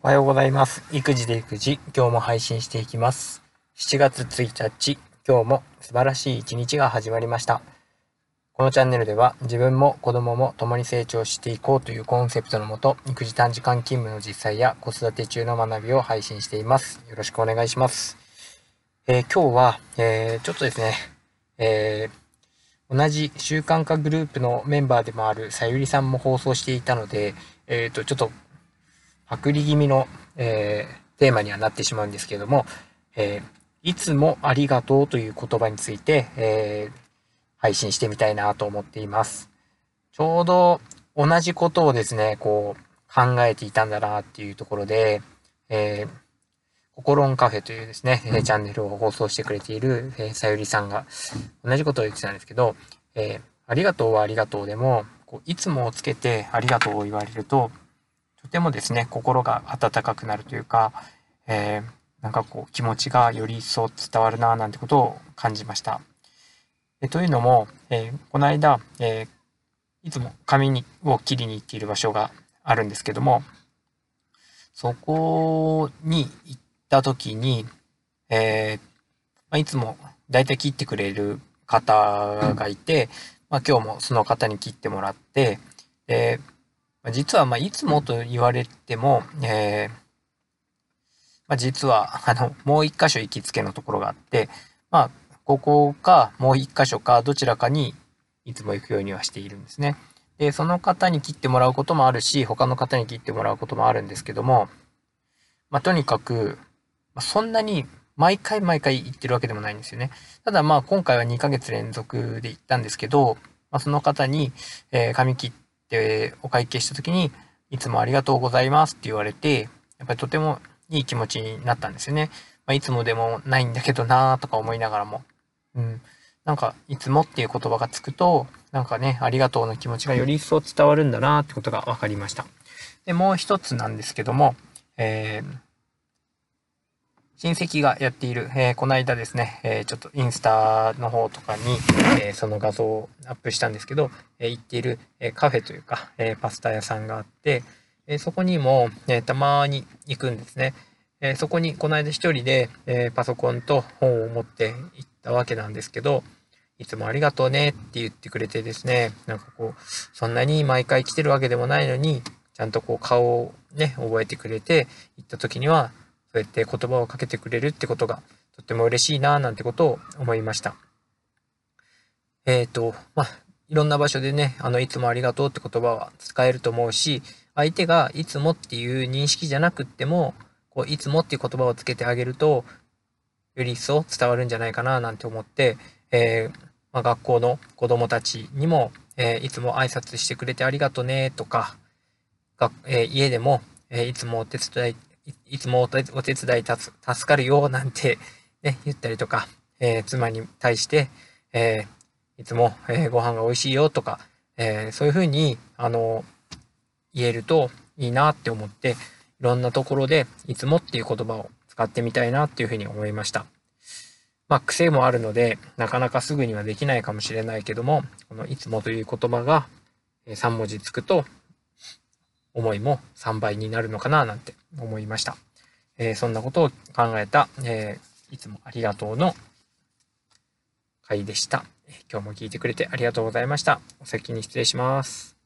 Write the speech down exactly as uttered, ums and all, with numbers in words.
おはようございます。育児で育児、今日も配信していきます。しちがつついたち、今日も素晴らしい一日が始まりました。このチャンネルでは自分も子供も共に成長していこうというコンセプトのもと、育児短時間勤務の実際や子育て中の学びを配信しています。よろしくお願いします。えー、今日は、えー、ちょっとですね、えー、同じ習慣化グループのメンバーでもあるさゆりさんも放送していたので、えーと、ちょっとパクリ気味の、えー、テーマにはなってしまうんですけれども、えー、いつもありがとうという言葉について、えー、配信してみたいなと思っています。ちょうど同じことをですね、こう考えていたんだなっていうところで、えー、ココロンカフェというですね、チャンネルを放送してくれている、えー、さゆりさんが同じことを言ってたんですけど、えー、ありがとうはありがとうでも、こういつもをつけてありがとうを言われると、とてもですね、心が温かくなるというか、えー、なんかこう気持ちがより一層伝わるななんてことを感じました。えというのも、えー、この間、えー、いつも髪にを切りに行っている場所があるんですけども、そこに行った時に、えーまあ、いつもだいたい切ってくれる方がいて、まあ、今日もその方に切ってもらって、で実はまあいつもと言われても、えーまあ、実はあのもう一箇所行きつけのところがあって、まあ、ここかもう一箇所かどちらかにいつも行くようにはしているんですね。で、その方に切ってもらうこともあるし、他の方に切ってもらうこともあるんですけども、まあ、とにかく、まあ、そんなに毎回毎回行ってるわけでもないんですよね。ただまあ今回はにかげつ連続で行ったんですけど、まあ、その方に、えー髪切ってお会計した時に、いつもありがとうございますって言われて、やっぱりとてもいい気持ちになったんですよね。まあ、いつもでもないんだけどなーとか思いながらも。うん。なんか、いつもっていう言葉がつくと、なんかね、ありがとうの気持ちがより一層伝わるんだなーってことが分かりました。で、もう一つなんですけども、えー親戚がやっている、えー、この間ですね、えー、ちょっとインスタの方とかに、えー、その画像をアップしたんですけど、えー、行っている、えー、カフェというか、えー、パスタ屋さんがあって、えー、そこにも、えー、たまに行くんですね。えー、そこにこの間一人で、えー、パソコンと本を持って行ったわけなんですけど、いつもありがとうねって言ってくれてですね、なんかこう、そんなに毎回来てるわけでもないのに、ちゃんとこう顔をね、覚えてくれて、行った時には、そうやって言葉をかけてくれるってことがとっても嬉しいななんてことを思いました。えっ、ー、と、まあ、いろんな場所でね、あの、いつもありがとうって言葉は使えると思うし、相手がいつもっていう認識じゃなくっても、こう、いつもっていう言葉をつけてあげると、より一層伝わるんじゃないかななんて思って、えーまあ、学校の子供たちにも、えーいつも挨拶してくれてありがとねとか、がえー家でも、えーいつもお手伝いいいつもお手お手伝いたつ助かるよなんて、ね、言ったりとか、えー妻に対して、えーいつも、えーご飯が美味しいよとか、えーそういう風に、あの、言えるといいなって思って、いろんなところでいつもっていう言葉を使ってみたいなっていう風に思いました。まあ、癖もあるので、なかなかすぐにはできないかもしれないけども、このいつもという言葉がさん文字つくと、思いもさんばいになるのかななんて思いました。えー、そんなことを考えた、えー、いつもありがとうの回でした。今日も聞いてくれてありがとうございました。お先に失礼します。